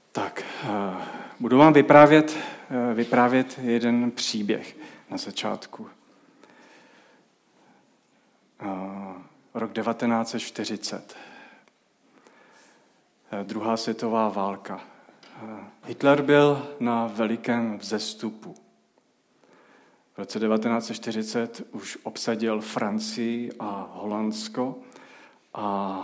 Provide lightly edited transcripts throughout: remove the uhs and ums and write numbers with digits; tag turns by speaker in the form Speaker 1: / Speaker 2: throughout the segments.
Speaker 1: Tak, budu vám vyprávět jeden příběh na začátku. Rok 1940. Druhá světová válka. Hitler byl na velikém vzestupu. V roce 1940 už obsadil Francii a Holandsko a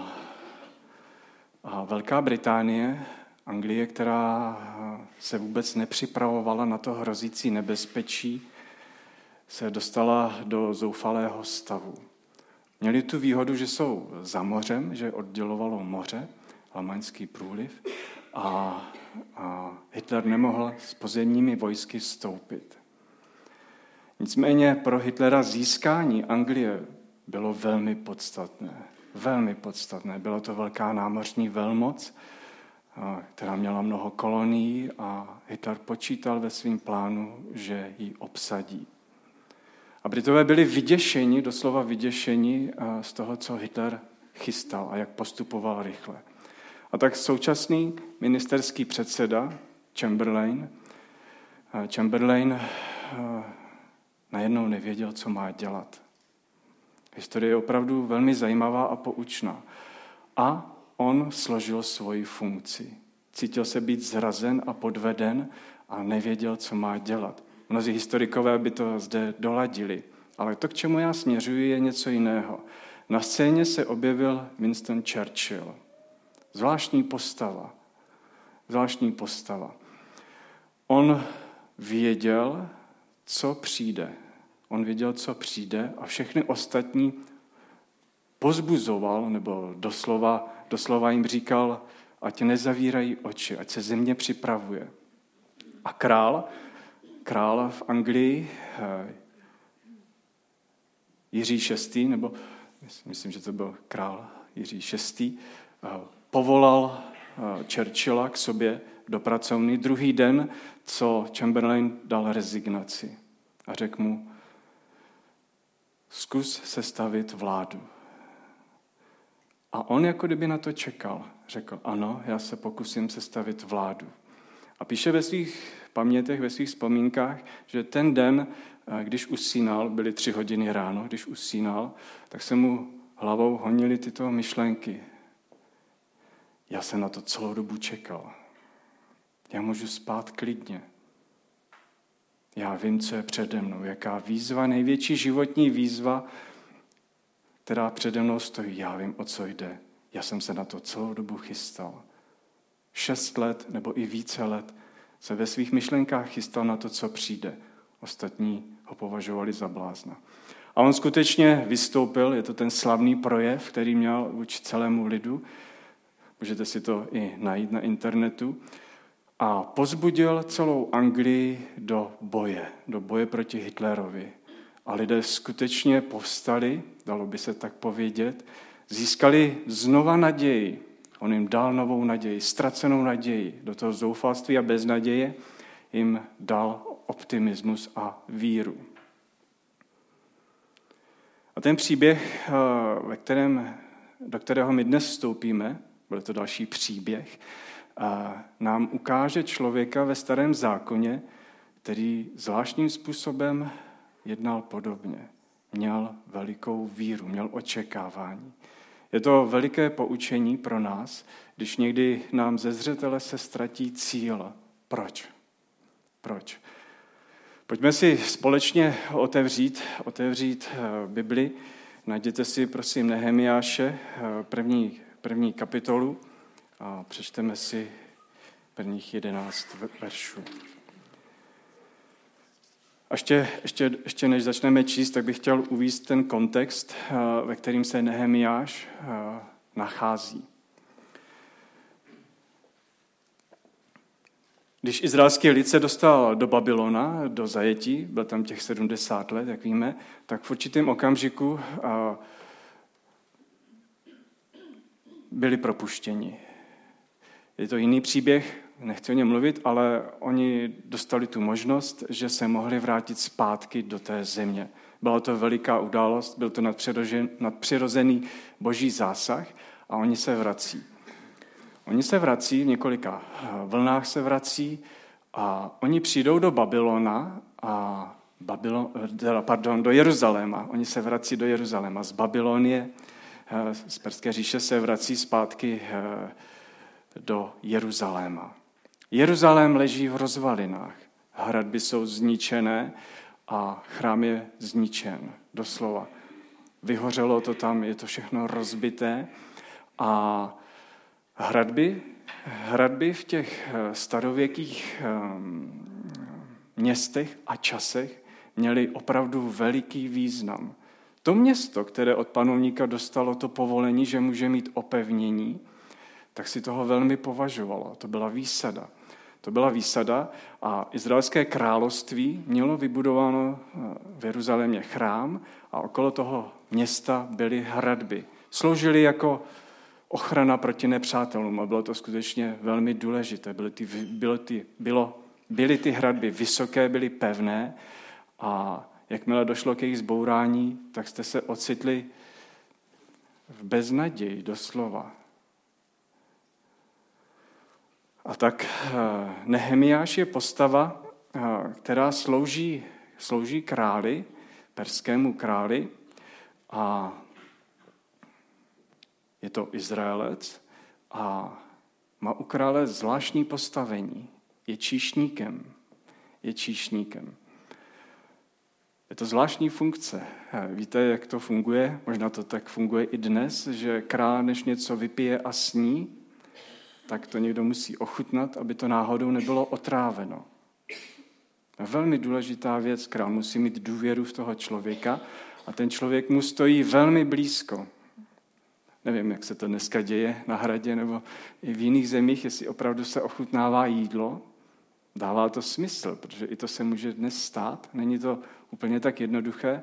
Speaker 1: Velká Británie, Anglie, která se vůbec nepřipravovala na to hrozící nebezpečí, se dostala do zoufalého stavu. Měli tu výhodu, že jsou za mořem, že oddělovalo moře, Lamaňský průliv, a Hitler nemohl s pozemními vojsky vstoupit. Nicméně pro Hitlera získání Anglie bylo velmi podstatné. Velmi podstatné. Byla to velká námořní velmoc, která měla mnoho kolonií a Hitler počítal ve svém plánu, že ji obsadí. A Britové byli vyděšeni, doslova vyděšeni z toho, co Hitler chystal a jak postupoval rychle. A tak současný ministerský předseda Chamberlain najednou nevěděl, co má dělat. Historie je opravdu velmi zajímavá a poučná. A on složil svoji funkci. Cítil se být zrazen a podveden a nevěděl, co má dělat. Mnozí historikové by to zde doladili, ale to, k čemu já směřuji, je něco jiného. Na scéně se objevil Winston Churchill. Zvláštní postava. On věděl, co přijde. A všechny ostatní pozbuzoval, nebo doslova jim říkal, ať nezavírají oči, ať se země připravuje. A král v Anglii, Jiří VI., nebo myslím, že to byl král Jiří VI., povolal Churchilla k sobě do pracovny druhý den, co Chamberlain dal rezignaci. A řekl mu, zkus sestavit vládu. A on jako kdyby na to čekal. Řekl, ano, já se pokusím sestavit vládu. A píše ve svých pamětech, ve svých vzpomínkách, že ten den, když usínal, byly 3 hodiny ráno, když usínal, tak se mu hlavou honily tyto myšlenky. Já jsem na to celou dobu čekal. Já můžu spát klidně. Já vím, co je přede mnou, jaká výzva, největší životní výzva, která přede mnou stojí. Já vím, o co jde. Já jsem se na to celou dobu chystal. 6 let nebo i více let se ve svých myšlenkách chystal na to, co přijde. Ostatní ho považovali za blázna. A on skutečně vystoupil, je to ten slavný projev, který měl vůči celému lidu. Můžete si to i najít na internetu. A pozbudil celou Anglii do boje proti Hitlerovi. A lidé skutečně povstali, dalo by se tak povědět, získali znova naději. On jim dal novou naději, ztracenou naději. Do toho zoufalství a beznaděje jim dal optimismus a víru. A ten příběh, do kterého my dnes vstoupíme, byl to další příběh, nám ukáže člověka ve Starém zákoně, který zvláštním způsobem jednal podobně. Měl velikou víru, měl očekávání. Je to veliké poučení pro nás, když někdy nám ze zřetele se ztratí cíl. Proč? Pojďme si společně otevřít Bibli. Najděte si, prosím, Nehemiáše, první kapitolu a přečteme si prvních 11 veršů. Ještě než začneme číst, tak bych chtěl uvést ten kontext, ve kterým se Nehemiáš nachází. Když izraelský lid se dostal do Babylona, do zajetí, byl tam těch 70 let, jak víme, tak v určitém okamžiku byli propuštěni. Je to jiný příběh, nechci o něm mluvit, ale oni dostali tu možnost, že se mohli vrátit zpátky do té země. Byla to veliká událost, byl to nadpřirozený boží zásah a oni se vrací. Oni se vrací, v několika vlnách se vrací a oni přijdou do Babylona do Jeruzaléma. Oni se vrací do Jeruzaléma. Z Babylonie, z Perské říše se vrací zpátky do Jeruzaléma. Jeruzalém leží v rozvalinách. Hradby jsou zničené a chrám je zničen. Doslova. Vyhořelo to tam, je to všechno rozbité. A hradby v těch starověkých městech a časech měly opravdu veliký význam. To město, které od panovníka dostalo to povolení, že může mít opevnění, tak si toho velmi považovalo. To byla výsada a Izraelské království mělo vybudováno v Jeruzalémě chrám a okolo toho města byly hradby. Sloužily jako ochrana proti nepřátelům a bylo to skutečně velmi důležité. Byly ty hradby vysoké, byly pevné a jakmile došlo k jejich zbourání, tak jste se ocitli v beznaději doslova. A tak Nehemiáš je postava, která slouží králi, perskému králi a je to Izraelec a má u krále zvláštní postavení. Je číšníkem. Je to zvláštní funkce. Víte, jak to funguje? Možná to tak funguje i dnes, že král, než něco vypije a sní, tak to někdo musí ochutnat, aby to náhodou nebylo otráveno. Velmi důležitá věc, král musí mít důvěru v toho člověka a ten člověk mu stojí velmi blízko. Nevím, jak se to dneska děje na hradě nebo i v jiných zemích, jestli opravdu se ochutnává jídlo. Dává to smysl, protože i to se může dnes stát. Není to úplně tak jednoduché.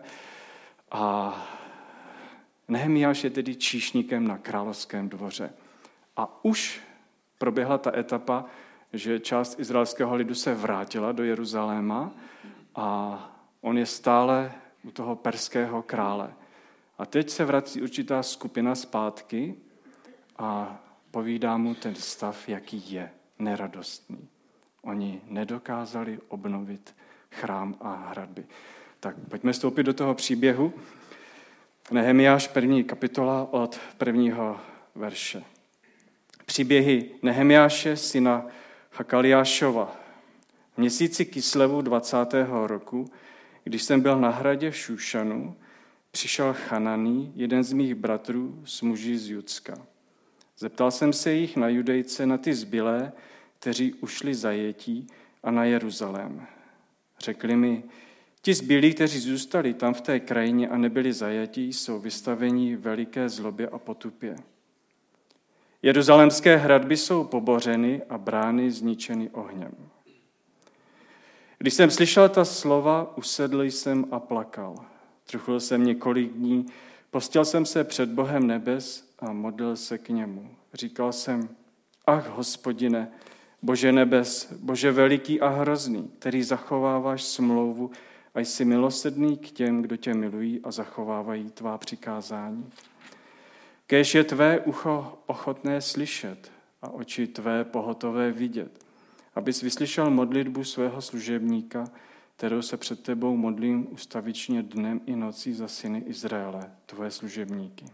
Speaker 1: A Nehemiáš je tedy číšníkem na královském dvoře. A už proběhla ta etapa, že část izraelského lidu se vrátila do Jeruzaléma a on je stále u toho perského krále. A teď se vrací určitá skupina zpátky a povídá mu ten stav, jaký je, neradostný. Oni nedokázali obnovit chrám a hradby. Tak pojďme vstoupit do toho příběhu. Nehemiáš 1. kapitola od 1. verše. Příběhy Nehemiáše, syna Hakaliášova. V měsíci Kislevu 20. roku, když jsem byl na hradě v Šušanu, přišel Chananý, jeden z mých bratrů, s muži z Judska. Zeptal jsem se jich na Judejce, na ty zbylé, kteří ušli zajetí a na Jeruzalém. Řekli mi, ti zbylí, kteří zůstali tam v té krajině a nebyli zajatí, jsou vystaveni veliké zlobě a potupě. Jeruzalémské hradby jsou pobořeny a brány zničeny ohněm. Když jsem slyšel ta slova, usedl jsem a plakal. Truchl jsem několik dní, postil jsem se před Bohem nebes a modlil se k němu. Říkal jsem, ach, Hospodine, Bože nebes, Bože veliký a hrozný, který zachováváš smlouvu a jsi milosrdný k těm, kdo tě milují a zachovávají tvá přikázání. Kéž je tvé ucho ochotné slyšet a oči tvé pohotové vidět, abys vyslyšel modlitbu svého služebníka, kterou se před tebou modlím ustavičně dnem i nocí za syny Izraele, tvoje služebníky.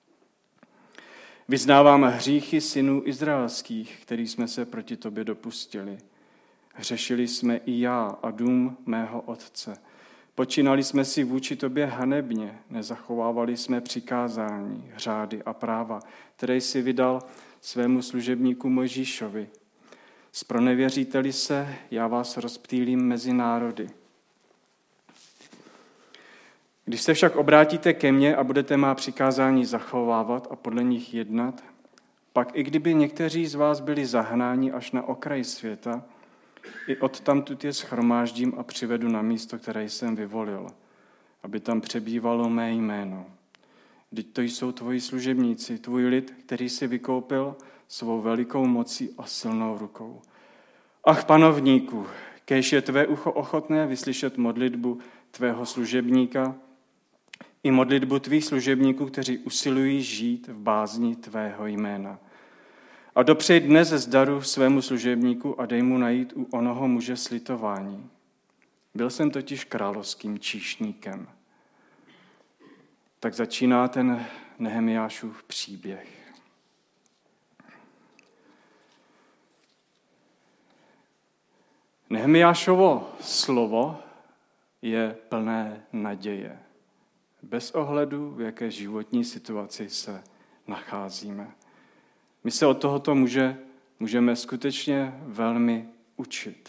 Speaker 1: Vyznávám hříchy synů izraelských, který jsme se proti tobě dopustili. Hřešili jsme i já a dům mého otce. Počínali jsme si vůči tobě hanebně, nezachovávali jsme přikázání, řády a práva, které jsi vydal svému služebníku Mojžíšovi. Zpronevěříte-li se, já vás rozptýlím mezi národy. Když se však obrátíte ke mně a budete má přikázání zachovávat a podle nich jednat, pak i kdyby někteří z vás byli zahnáni až na okraj světa, i odtamtud je shromáždím a přivedu na místo, které jsem vyvolil, aby tam přebývalo mé jméno. Vždyť to jsou tvoji služebníci, tvůj lid, který si vykoupil svou velikou mocí a silnou rukou. Ach, panovníku, kéž je tvé ucho ochotné vyslyšet modlitbu tvého služebníka i modlitbu tvých služebníků, kteří usilují žít v bázni tvého jména. a dopřej dnes z daru svému služebníku a dej mu najít u onoho muže slitování. Byl jsem totiž královským číšníkem. Tak začíná ten Nehemiášův příběh. Nehemiášovo slovo je plné naděje. Bez ohledu, v jaké životní situaci se nacházíme. My se od tohoto můžeme skutečně velmi učit.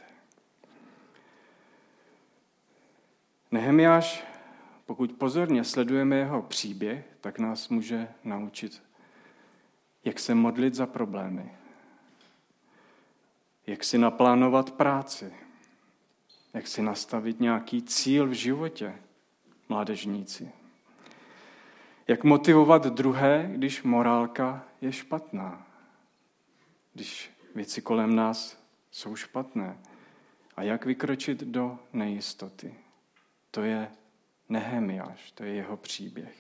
Speaker 1: Nehemiáš, pokud pozorně sledujeme jeho příběh, tak nás může naučit, jak se modlit za problémy, jak si naplánovat práci, jak si nastavit nějaký cíl v životě, mládežníci. Jak motivovat druhé, když morálka je špatná, když věci kolem nás jsou špatné. A jak vykročit do nejistoty. To je Nehemiáš, to je jeho příběh.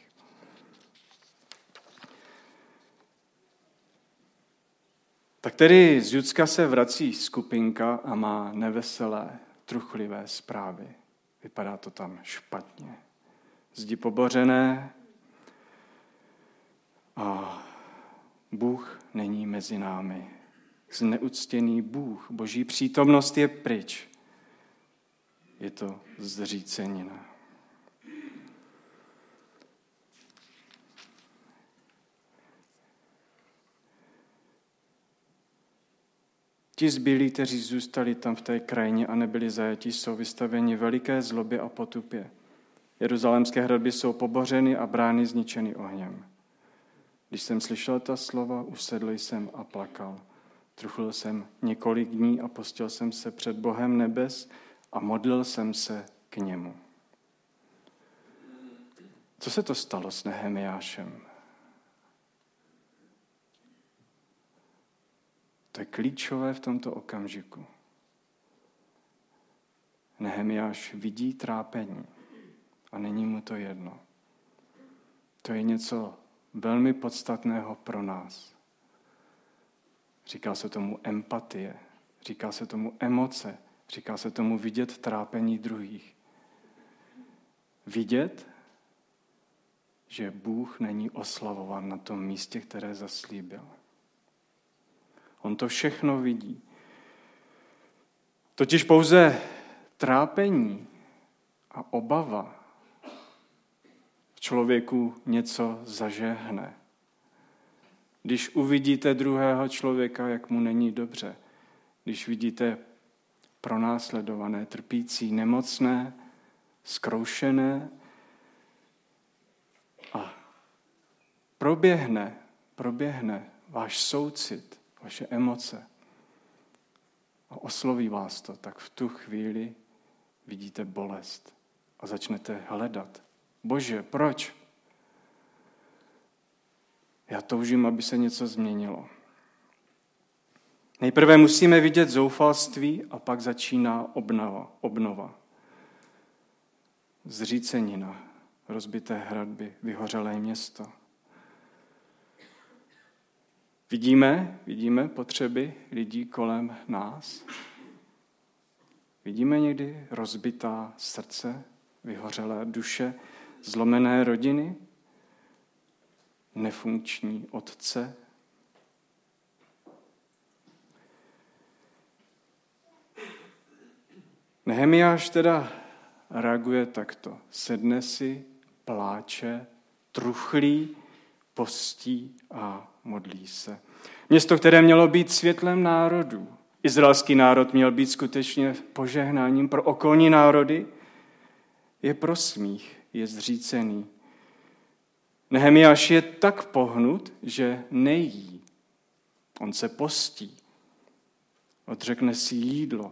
Speaker 1: Tak tedy z Judska se vrací skupinka a má neveselé, truchlivé zprávy. Vypadá to tam špatně. Zdi pobořené a Bůh není mezi námi. Zneuctěný Bůh, Boží přítomnost je pryč. Je to zřícenina. Ti zbylí, kteří zůstali tam v té krajině a nebyli zajati, jsou vystaveni veliké zlobě a potupě. Jeruzalémské hradby jsou pobořeny a brány zničeny ohněm. Když jsem slyšel ta slova, usedl jsem a plakal. Truchlil jsem několik dní a postil jsem se před Bohem nebes a modlil jsem se k němu. Co se to stalo s Nehemiášem? To je klíčové v tomto okamžiku. Nehemiáš vidí trápení a není mu to jedno. To je něco velmi podstatného pro nás. Říká se tomu empatie, říká se tomu emoce, říká se tomu vidět trápení druhých. Vidět, že Bůh není oslavován na tom místě, které zaslíbil. On to všechno vidí. Totiž pouze trápení a obava v člověku něco zažehne. Když uvidíte druhého člověka, jak mu není dobře, když vidíte pronásledované, trpící, nemocné, zkroušené a proběhne váš soucit, vaše emoce a osloví vás to, tak v tu chvíli vidíte bolest a začnete hledat. Bože, proč? Já toužím, aby se něco změnilo. Nejprve musíme vidět zoufalství a pak začíná obnova. Zřícenina, rozbité hradby, vyhořelé město. Vidíme potřeby lidí kolem nás? Vidíme někdy rozbitá srdce, vyhořelé duše, zlomené rodiny, nefunkční otce? Nehemiáš teda reaguje takto. Sedne si, pláče, truchlí, postí a modlí se. Město, které mělo být světlem národů. Izraelský národ měl být skutečně požehnáním pro okolní národy. Je pro smích, je zřícený. Nehemiáš je tak pohnut, že nejí. On se postí. Odřekne si jídlo.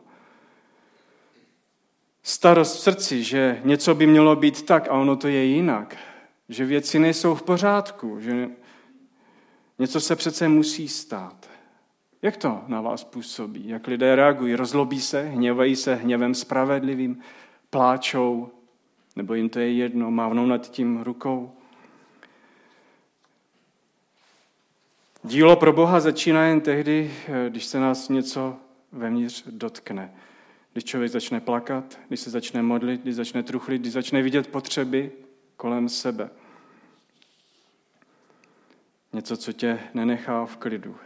Speaker 1: Starost v srdci, že něco by mělo být tak a ono to je jinak. Že věci nejsou v pořádku, že něco se přece musí stát. Jak to na vás působí? Jak lidé reagují? Rozlobí se, hněvají se hněvem spravedlivým, pláčou, nebo jim to je jedno, mávnou nad tím rukou? Dílo pro Boha začíná jen tehdy, když se nás něco vevnitř dotkne. Když člověk začne plakat, když se začne modlit, když začne truchlit, když začne vidět potřeby kolem sebe. Něco, co tě nenechá v klidu.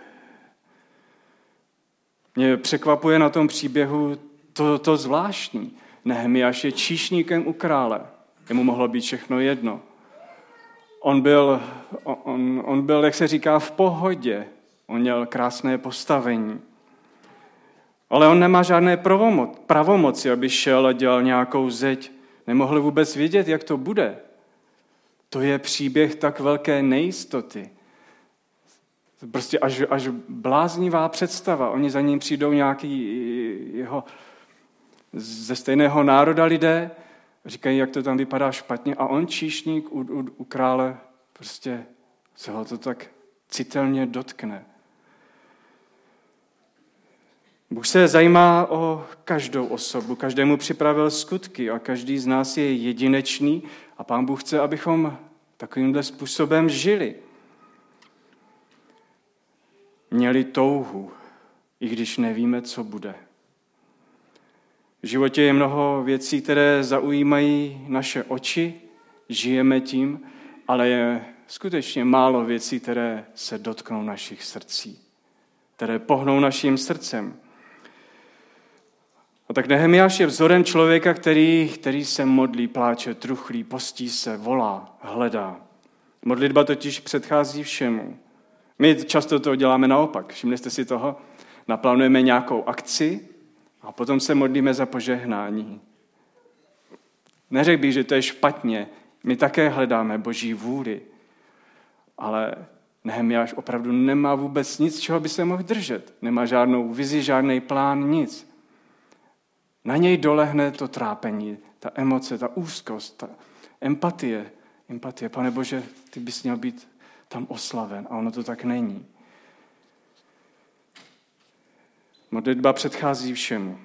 Speaker 1: Mě překvapuje na tom příběhu to zvláštní. Nehemiáš je číšníkem u krále. Jemu mohlo být všechno jedno. On byl, jak se říká, v pohodě. On měl krásné postavení. Ale on nemá žádné pravomoci, aby šel a dělal nějakou zeď. Nemohl vůbec vědět, jak to bude. To je příběh tak velké nejistoty. Prostě až bláznivá představa. Oni za ním přijdou nějaký jeho ze stejného národa lidé, říkají, jak to tam vypadá špatně a on, číšník u krále, prostě se ho to tak citelně dotkne. Bůh se zajímá o každou osobu, každému připravil skutky a každý z nás je jedinečný a Pán Bůh chce, abychom takovýmhle způsobem žili. Měli touhu, i když nevíme, co bude. V životě je mnoho věcí, které zaujímají naše oči, žijeme tím, ale je skutečně málo věcí, které se dotknou našich srdcí, které pohnou naším srdcem. A tak Nehemiáš je vzorem člověka, který se modlí, pláče, truchlí, postí se, volá, hledá. Modlitba totiž předchází všemu. My často to děláme naopak. Všimli jste si toho? Naplánujeme nějakou akci a potom se modlíme za požehnání. Neřekl bych, že to je špatně. My také hledáme Boží vůli. Ale Nehemiáš opravdu nemá vůbec nic, čeho by se mohl držet. Nemá žádnou vizi, žádný plán, nic. Na něj dolehne to trápení, ta emoce, ta úzkost, ta empatie. Pane Bože, ty bys měl být tam oslaven a ono to tak není. Modlitba předchází všemu.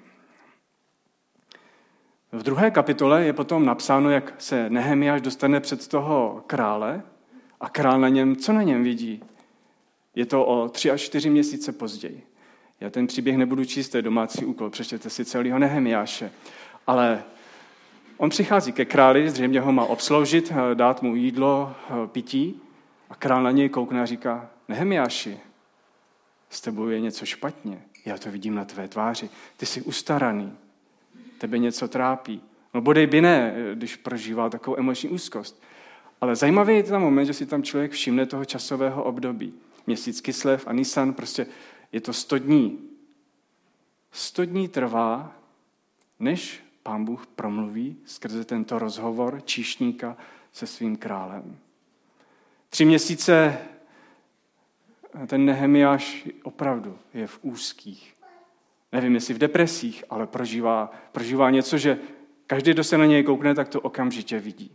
Speaker 1: V 2. kapitole je potom napsáno, jak se Nehemiáš dostane před toho krále a král co na něm vidí. Je to o 3 až 4 měsíce později. Já ten příběh nebudu číst, to je domácí úkol, přečtěte si celého Nehemiáše. Ale on přichází ke králi, zřejmě ho má obsloužit, dát mu jídlo, pití a král na něj koukne a říká, Nehemiáši, s tebou je něco špatně, já to vidím na tvé tváři, ty jsi ustaraný, tebe něco trápí. No bodej by ne, když prožívá takovou emoční úzkost. Ale zajímavý je ten moment, že si tam člověk všimne toho časového období. Měsíc Kislev a Nisan, prostě je to 100 dní. 100 dní trvá, než Pán Bůh promluví skrze tento rozhovor číšníka se svým králem. 3 měsíce ten Nehemiáš opravdu je v úzkých. Nevím, jestli v depresích, ale prožívá něco, že každý, kdo se na něj koukne, tak to okamžitě vidí.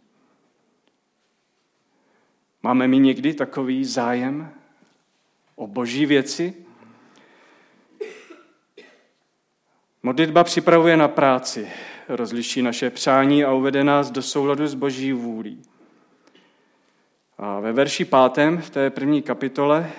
Speaker 1: Máme my někdy takový zájem o boží věci? Modlitba připravuje na práci, rozliší naše přání a uvede nás do souladu s Boží vůlí. A ve verši 5. v té 1. kapitole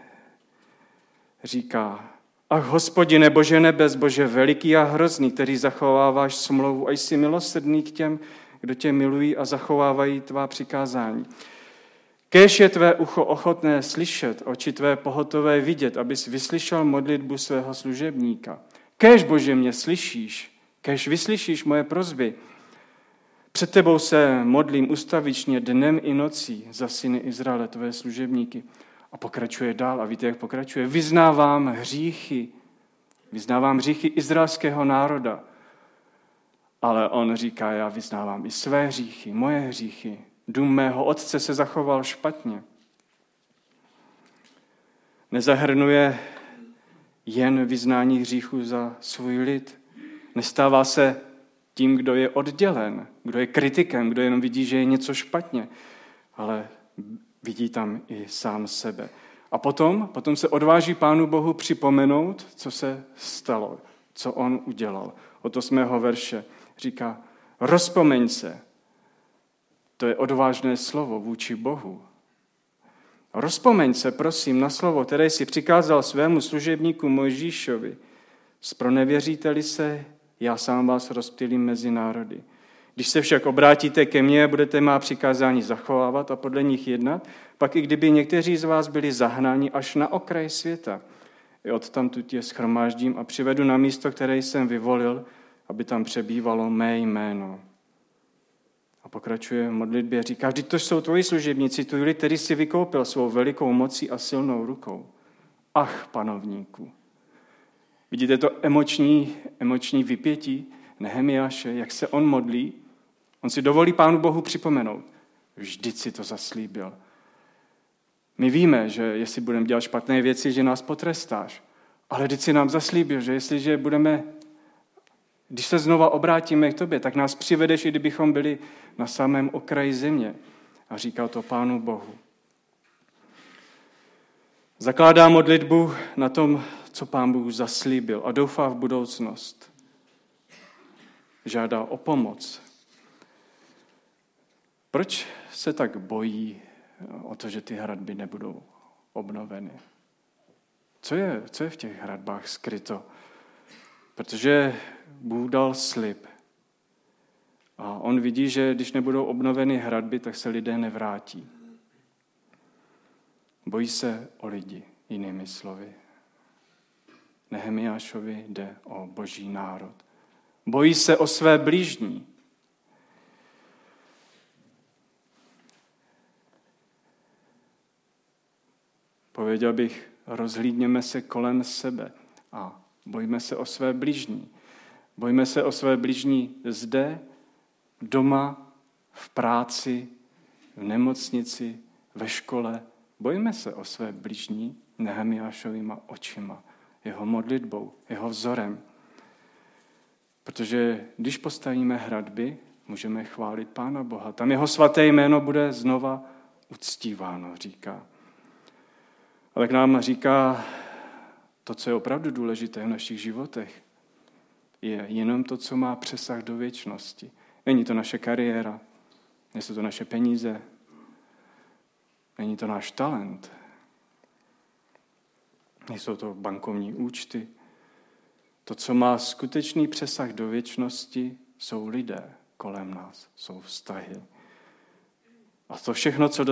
Speaker 1: říká, ach, Hospodine, Bože nebes, Bože veliký a hrozný, který zachováváš smlouvu a jsi milosrdný k těm, kdo tě milují a zachovávají tvá přikázání. Kéž je tvé ucho ochotné slyšet, oči tvé pohotové vidět, abys vyslyšel modlitbu svého služebníka. Kéž, Bože, mě slyšíš, kéž vyslyšíš moje prosby. Před tebou se modlím ustavičně dnem i nocí za syny Izraele, tvé služebníky. A pokračuje dál. A víte, jak pokračuje? Vyznávám hříchy izraelského národa. Ale on říká, já vyznávám i své hříchy, moje hříchy. Dům mého otce se zachoval špatně. Nezahrnuje jen vyznání hříchu za svůj lid. Nestává se tím, kdo je oddělen, kdo je kritikem, kdo jenom vidí, že je něco špatně, ale vidí tam i sám sebe. A potom se odváží Pánu Bohu připomenout, co se stalo, co on udělal. Od 8. verše říká, rozpomeň se. To je odvážné slovo vůči Bohu. Rozpomeň se, prosím, na slovo, které jsi přikázal svému služebníku Mojžíšovi. Zpronevěříte-li se, já sám vás rozptýlím mezi národy. Když se však obrátíte ke mně a budete má přikázání zachovávat a podle nich jednat, pak i kdyby někteří z vás byli zahnáni až na okraj světa, i odtamtud je shromáždím a přivedu na místo, které jsem vyvolil, aby tam přebývalo mé jméno. A pokračuje v modlitbě, říká, vždyť to jsou tvoji služebníci, tvůj lid, který si vykoupil svou velikou mocí a silnou rukou. Ach, panovníku. Vidíte to emoční vypětí Nehemiáše, jak se on modlí? On si dovolí Pánu Bohu připomenout. Vždyť si to zaslíbil. My víme, že jestli budeme dělat špatné věci, že nás potrestáš. Ale vždyť si nám zaslíbil, že jestliže když se znova obrátíme k tobě, tak nás přivedeš, i kdybychom byli na samém okraji země. A říkal to Pánu Bohu. Zakládá modlitbu na tom, co Pán Bůh zaslíbil a doufá v budoucnost. Žádá o pomoc. Proč se tak bojí o to, že ty hradby nebudou obnoveny? Co je v těch hradbách skryto? Protože Bůh dal slib. A on vidí, že když nebudou obnoveny hradby, tak se lidé nevrátí. Bojí se o lidi, jinými slovy. Nehemiášovi jde o boží národ. Bojí se o své bližní. Pověděl bych, rozhlídněme se kolem sebe a bojíme se o své bližní. Bojíme se o své bližní zde, doma, v práci, v nemocnici, ve škole. Bojíme se o své bližní Nehemiášovýma očima, jeho modlitbou, jeho vzorem. Protože když postavíme hradby, můžeme chválit Pána Boha. Tam jeho svaté jméno bude znova uctíváno, říká. Ale k nám říká to, co je opravdu důležité v našich životech, je jenom to, co má přesah do věčnosti. Není to naše kariéra, nejsou to naše peníze, není to náš talent, nejsou to bankovní účty. To, co má skutečný přesah do věčnosti, jsou lidé kolem nás, jsou vztahy. A to všechno, co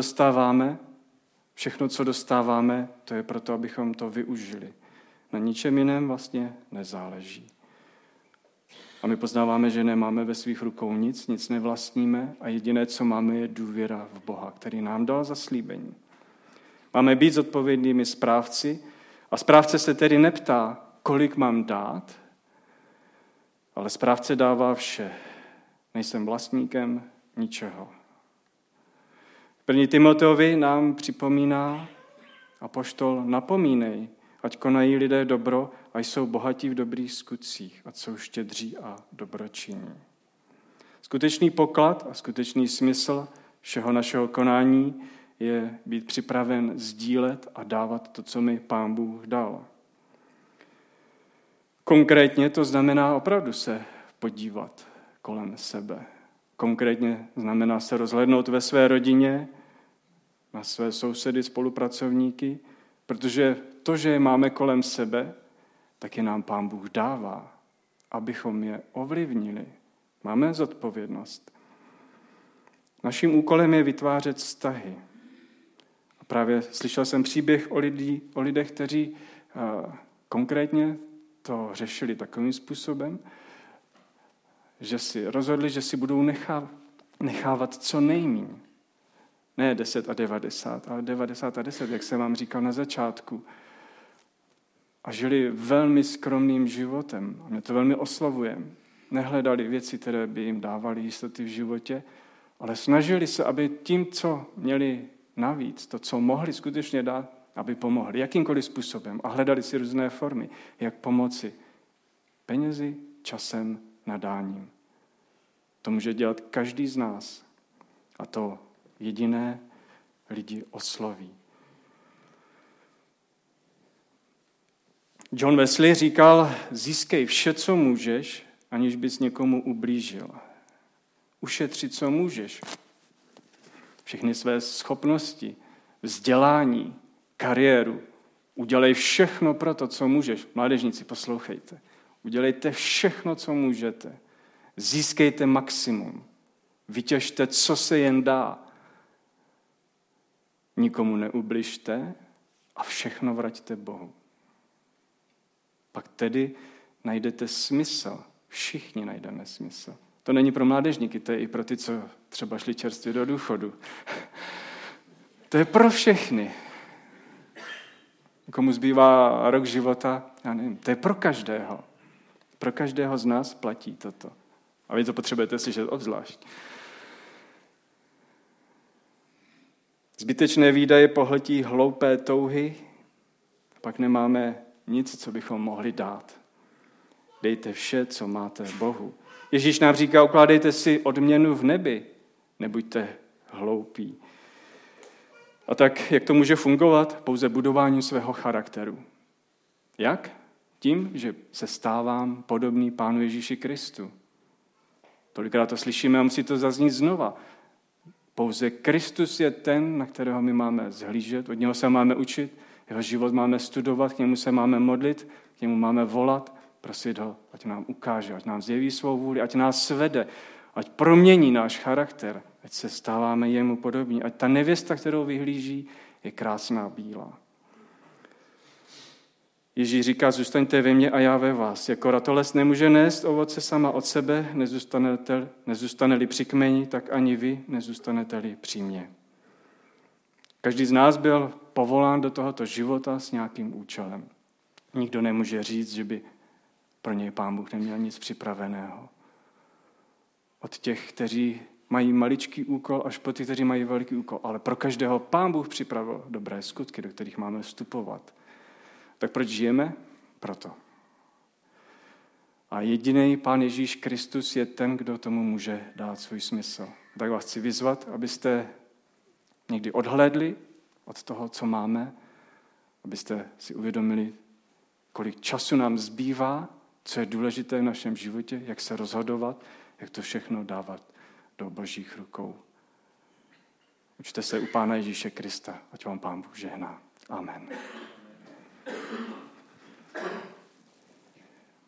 Speaker 1: dostáváme, to je proto, abychom to využili. Na ničem jiném vlastně nezáleží. A my poznáváme, že nemáme ve svých rukou nic nevlastníme a jediné, co máme, je důvěra v Boha, který nám dal zaslíbení. Máme být zodpovědnými správci a správce se tedy neptá, kolik mám dát, ale správce dává vše. Nejsem vlastníkem ničeho. 1. Timoteovi nám připomíná apoštol, napomínej, ať konají lidé dobro a jsou bohatí v dobrých skutcích, ať jsou štědří a dobročinní. Skutečný poklad a skutečný smysl všeho našeho konání je být připraven sdílet a dávat to, co mi Pán Bůh dal. Konkrétně to znamená opravdu se podívat kolem sebe. Konkrétně znamená se rozhlédnout ve své rodině, na své sousedy, spolupracovníky, protože to, že je máme kolem sebe, tak je nám Pán Bůh dává, abychom je ovlivnili. Máme zodpovědnost. Naším úkolem je vytvářet vztahy. A právě slyšel jsem příběh o lidech, kteří konkrétně to řešili takovým způsobem, že si rozhodli, že si budou nechávat co nejmíň. Ne 10 a 90, ale 90 a 10, jak jsem vám říkal na začátku. A žili velmi skromným životem. A mě to velmi oslovuje. Nehledali věci, které by jim dávaly jistoty v životě, ale snažili se, aby tím, co měli navíc, to, co mohli skutečně dát, aby pomohli jakýmkoliv způsobem. A hledali si různé formy, jak pomoci penězi, časem, nadáním. To může dělat každý z nás. A to jediné lidi osloví. John Wesley říkal, získej vše, co můžeš, aniž bys někomu ublížil. Ušetři, co můžeš. Všechny své schopnosti vzdělání, kariéru. Udělej všechno pro to, co můžeš. Mládežníci, poslouchejte. Udělejte všechno, co můžete. Získejte maximum. Vytěžte, co se jen dá. Nikomu neubližte a všechno vraťte Bohu. Pak tedy najdete smysl. Všichni najdeme smysl. To není pro mládežníky, to je i pro ty, co třeba šli čerstvě do důchodu. To je pro všechny. Komu zbývá rok života, já nevím, to je pro každého. Pro každého z nás platí toto. A vy to potřebujete slyšet obzvlášť. Zbytečné výdaje pohltí hloupé touhy, pak nemáme nic, co bychom mohli dát. Dejte vše, co máte Bohu. Ježíš nám říká, ukládejte si odměnu v nebi, nebuďte hloupí. A tak, jak to může fungovat? Pouze budováním svého charakteru. Jak? Tím, že se stávám podobný Pánu Ježíši Kristu. Tolikrát to slyšíme a musí to zaznít znova. Pouze Kristus je ten, na kterého my máme zhlížet, od něho se máme učit, jeho život máme studovat, k němu se máme modlit, k němu máme volat, prosit ho, ať nám ukáže, ať nám zjeví svou vůli, ať nás svede, ať promění náš charakter, ať se stáváme jemu podobní, ať ta nevěsta, kterou vyhlíží, je krásná bílá. Ježíš říká, zůstaňte ve mně a já ve vás. Jako ratolest nemůže nést ovoce sama od sebe, nezůstane-li při kmeni, tak ani vy nezůstanete-li při mně. Každý z nás byl povolán do tohoto života s nějakým účelem. Nikdo nemůže říct, že by pro něj Pán Bůh neměl nic připraveného. Od těch, kteří mají maličký úkol, až po těch, kteří mají veliký úkol. Ale pro každého Pán Bůh připravil dobré skutky, do kterých máme vstupovat. Tak proč žijeme? Proto. A jediný Pán Ježíš Kristus je ten, kdo tomu může dát svůj smysl. Tak vás chci vyzvat, abyste někdy odhlédli od toho, co máme, abyste si uvědomili, kolik času nám zbývá, co je důležité v našem životě, jak se rozhodovat, jak to všechno dávat do Božích rukou. Učte se u Pána Ježíše Krista, ať vám Pán Bůh žehná. Amen.